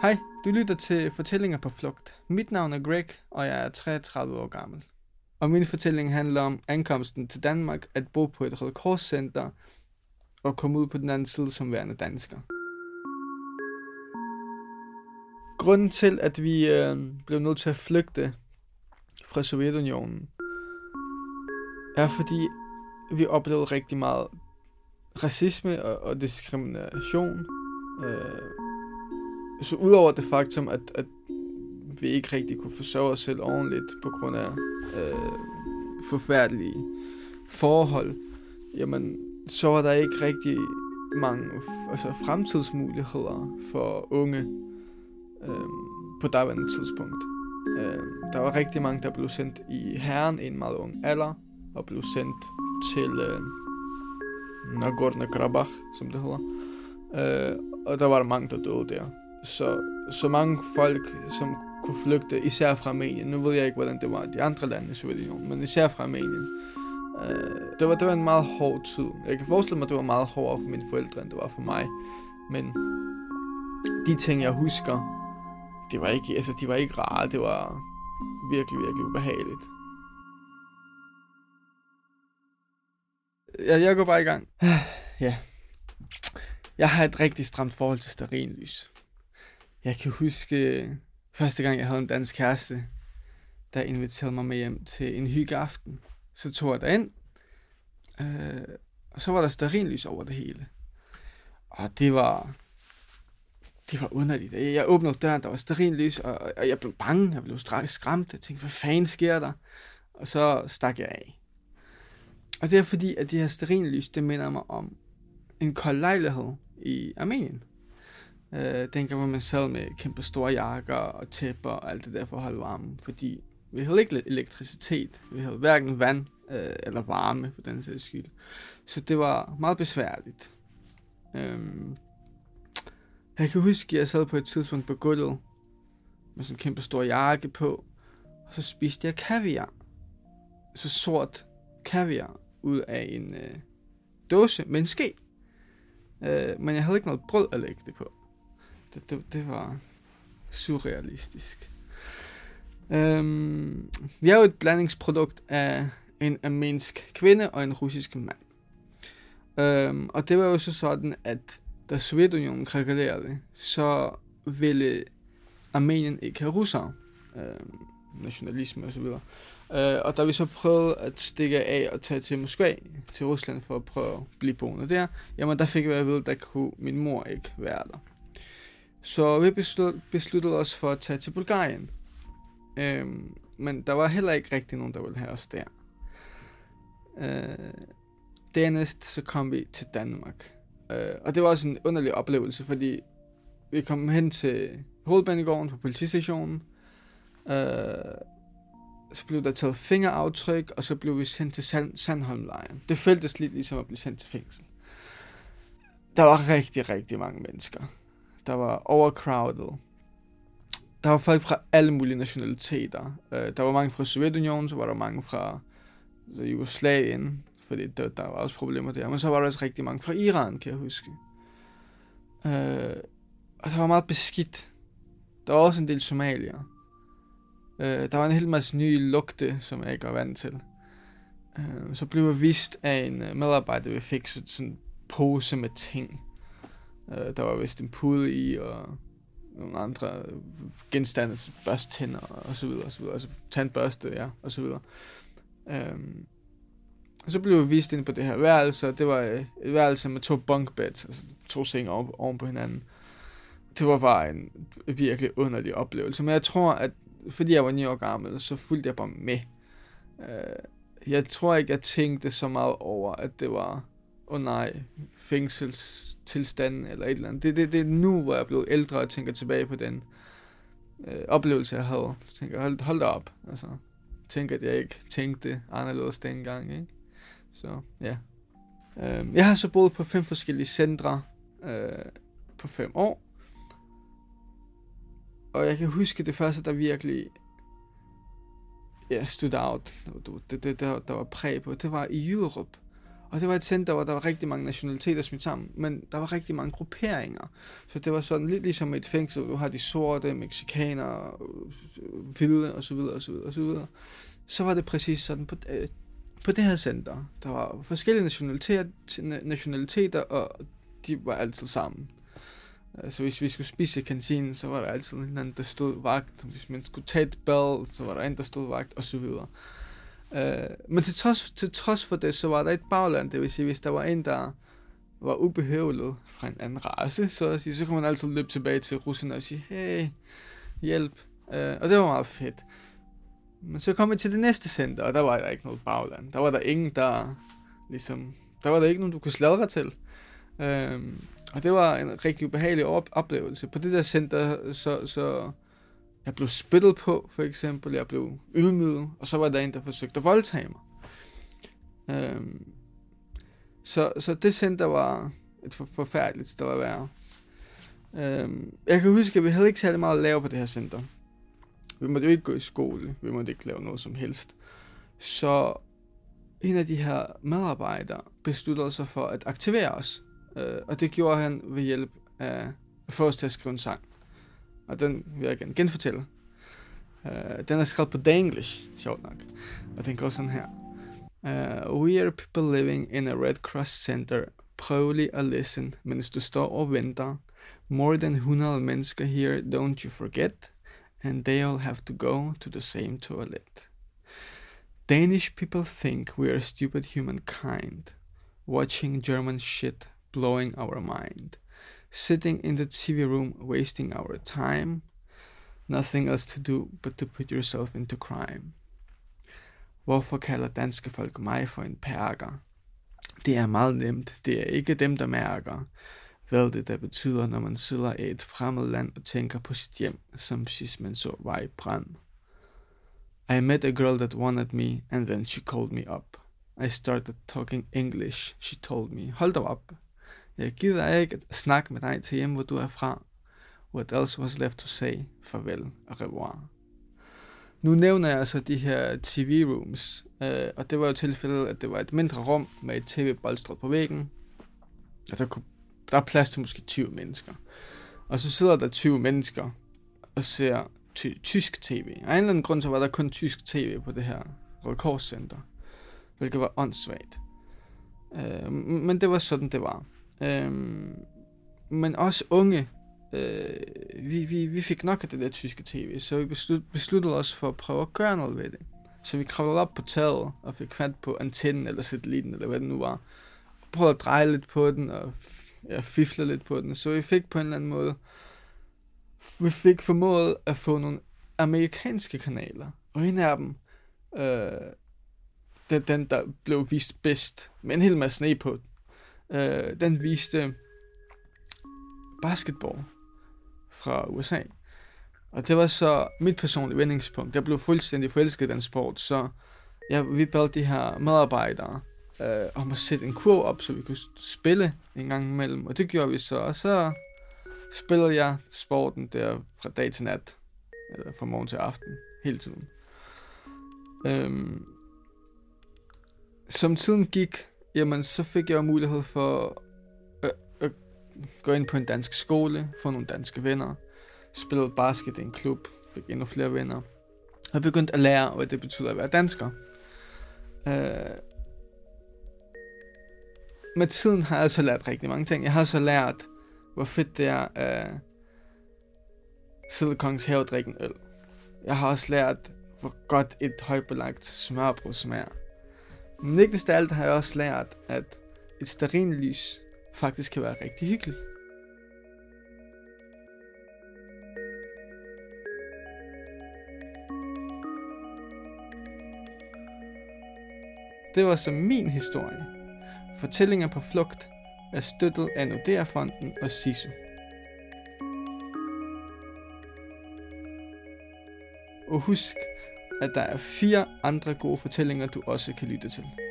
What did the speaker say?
Hej, du lytter til Fortællinger på flugt. Mit navn er Greg, og jeg er 33 år gammel. Og min fortælling handler om ankomsten til Danmark, at bo på et Røde Kors center og komme ud på den anden side som værende dansker. Grunden til, at vi blev nødt til at flygte fra Sovjetunionen, er fordi vi oplevede rigtig meget racisme og diskrimination. Så udover det faktum, at vi ikke rigtig kunne forsørge os selv ordentligt på grund af forfærdelige forhold, jamen, så var der ikke rigtig mange fremtidsmuligheder for unge på daværende tidspunkt. Der var rigtig mange, der blev sendt i hæren i en meget ung alder, og blev sendt til Nagorno-Karabakh, som det hedder. Og der var der mange, der døde der. Så mange folk, som kunne flygte, især fra Armenien. Nu ved jeg ikke, hvordan det var i de andre lande i Sovjetunionen, men især fra Armenien. Det var en meget hård tid. Jeg kan forestille mig, at det var meget hårdere for mine forældre, end det var for mig. Men de ting, jeg husker, de var ikke rare. Det var virkelig, virkelig ubehageligt. Jeg går bare i gang. Ja. Jeg har et rigtig stramt forhold til stearinlys. Jeg kan huske første gang, jeg havde en dansk kæreste, der inviterede mig med hjem til en hyggeaften. Så tog jeg derind, og så var der stearinlys over det hele. Og det var underligt. Jeg åbnede døren, der var stearinlys, og jeg blev bange, jeg blev skræmt. Jeg tænkte, hvad fanden sker der? Og så stak jeg af. Og det er fordi, at det her stearinlys, det minder mig om en kold lejlighed i Armenien. Dengang, hvor man sad med kæmpe store jakker og tæpper og alt det der for at holde varme. Fordi vi havde ikke elektricitet. Vi havde hverken vand eller varme for den sags skyld. Så det var meget besværligt. Jeg kan huske, at jeg sad på et tidspunkt på gulvet med sådan en kæmpe stor jakke på. Og så spiste jeg kaviar. Så sort kaviar ud af en dåse med en ske. Men jeg havde ikke noget brød at lægge det på. Det var surrealistisk. Vi er jo et blandingsprodukt af en armensk kvinde og en russisk mand. Og det var jo så sådan, at da Sovjetunionen krakelerede, så ville Armenien ikke have russere. Nationalisme og så videre. Og da vi så prøvede at stikke af og tage til Moskva, til Rusland, for at prøve at blive boende der, jamen der fik vi at vide, at der kunne min mor ikke være der. Så vi besluttede os for at tage til Bulgarien. Men der var heller ikke rigtig nogen, der ville have os der. Dernæst så kom vi til Danmark. Og det var også en underlig oplevelse, fordi vi kom hen til hovedbanegården på politistationen. Så blev der taget fingeraftryk, og så blev vi sendt til Sandholmlejren. Det føltes lidt ligesom at blive sendt til fængsel. Der var rigtig, rigtig mange mennesker. Der var overcrowded. Der var folk fra alle mulige nationaliteter. Der var mange fra Sovjetunionen, så var der mange fra Jugoslavien, fordi der var også problemer der. Men så var der også rigtig mange fra Iran, kan jeg huske. Og der var meget beskidt. Der var også en del somalier. Der var en hel masse nye lugte, som jeg ikke var vant til. Så blev jeg vist af en medarbejder, vi fik sådan en pose med ting. Der var vist en pude i, og nogle andre genstande, børstænder og så videre, og så videre. Altså tandbørste, ja, og så videre. Og så blev jeg vist ind på det her værelse, og det var et værelse med 2 bunkbeds, altså 2 senge oven på hinanden. Det var bare en virkelig underlig oplevelse, men jeg tror, at fordi jeg var 9 år gammel, så fulgte jeg bare med. Jeg tror ikke, jeg tænkte så meget over, at det var, fængselstilstanden eller et eller andet. Det er nu, hvor jeg er blevet ældre og tænker tilbage på den oplevelse, jeg havde. Så tænker jeg, hold da op. Altså, tænker, at jeg ikke tænkte anderledes dengang, ikke? Så, ja. Jeg har så boet på 5 forskellige centre på 5 år. Og jeg kan huske det første, der virkelig stood out, der var præg på, det var i Jyderup. Og det var et center, hvor der var rigtig mange nationaliteter smidt sammen, men der var rigtig mange grupperinger. Så det var sådan lidt ligesom et fængsel, hvor du har de sorte, mexikanere, hvide osv. osv. Så var det præcis sådan på det her center. Der var forskellige nationaliteter, og de var altid sammen. Så hvis vi skulle spise i kantinen, så var der altid en anden, der stod vagt. Hvis man skulle tage et bad, så var der en, der stod vagt, osv. Men til trods for det, så var der et bagland. Det vil sige, hvis der var en, der var ubehøvlet fra en anden race, så kunne man altid løbe tilbage til russerne og sige, hey, hjælp. Og det var meget fedt. Men så kom vi til det næste center, og der var der ikke noget bagland. Der var der ingen, der var der ikke nogen, du kunne sladre til. Og det var en rigtig ubehagelig oplevelse. På det der center, så jeg blev spyttet på, for eksempel. Jeg blev ydmyget, og så var der en, der forsøgte at voldtage mig. Så det center var et forfærdeligt sted at være. Jeg kan huske, at vi havde ikke særlig meget at lave på det her center. Vi måtte jo ikke gå i skole. Vi måtte ikke lave noget som helst. Så en af de her medarbejdere besluttede sig for at aktivere os. Og det gjorde han ved hjælp af at få os til at skrive en sang. Og den vil jeg gerne genfortælle. Den er skrevet på Danglish, sjovt nok. Og den går sådan her. We are people living in a Red Cross center. Prøv lige at listen, mens du står og venter. More than 100 mennesker here, don't you forget. And they all have to go to the same toilet. Danish people think we are stupid humankind. Watching German shit, blowing our mind. Sitting in the TV room, wasting our time. Nothing else to do but to put yourself into crime. Hvorfor kalder danske folk mig for en perker? Det er meget nemt. Det er ikke dem, der mærker. Hvad det der betyder, når man sidder i et fremmed land og tænker på sit hjem, som sidst man så var i brand. I met a girl that wanted me, and then she called me up. I started talking English. She told me, hold da op. Jeg gider ikke at snakke med dig til hjem, hvor du er fra. What else was left to say? Farvel og revoir. Nu nævner jeg altså de her TV-rooms, og det var jo tilfældet, at det var et mindre rum med et tv bolstret på væggen, og der er plads til måske 20 mennesker. Og så sidder der 20 mennesker og ser tysk tv. Af en eller anden grund, så var der kun tysk tv på det her Røde Kors Center, hvilket var åndssvagt. Men det var sådan, det var. Men også unge, vi fik nok af det der tyske tv, så vi besluttede os for at prøve at gøre noget ved det. Så vi kravlede op på taget og fik fat på antennen eller satellitten, eller hvad det nu var. Prøvede at dreje lidt på den og fifle lidt på den. Så vi fik på en eller anden måde, vi fik formået at få nogle amerikanske kanaler. Og en af dem, den der blev vist bedst, med en hel masse sne på, den viste basketball fra USA. Og det var så mit personlige vendingspunkt. Jeg blev fuldstændig forelsket i den sport, så vi bad de her medarbejdere om at sætte en kurv op, så vi kunne spille en gang imellem. Og det gjorde vi så, og så spillede jeg sporten der fra dag til nat, eller fra morgen til aften, hele tiden. Som tiden gik, jamen så fik jeg mulighed for at gå ind på en dansk skole, få nogle danske venner, spillede basket i en klub, fik endnu flere venner, og begyndte at lære, hvad det betyder at være dansker. Med tiden har jeg så lært rigtig mange ting. Jeg har så lært, hvor fedt det er at Silicons have drikke en øl. Jeg har også lært, hvor godt et højbelagt smørbrød smager. Men vigtigst af alt har jeg også lært, at et stearinlys faktisk kan være rigtig hyggeligt. Det var så min historie. Fortællinger på flugt er støttet af Nordea-fonden og SISU. Og husk, at der er 4 andre gode fortællinger, du også kan lytte til.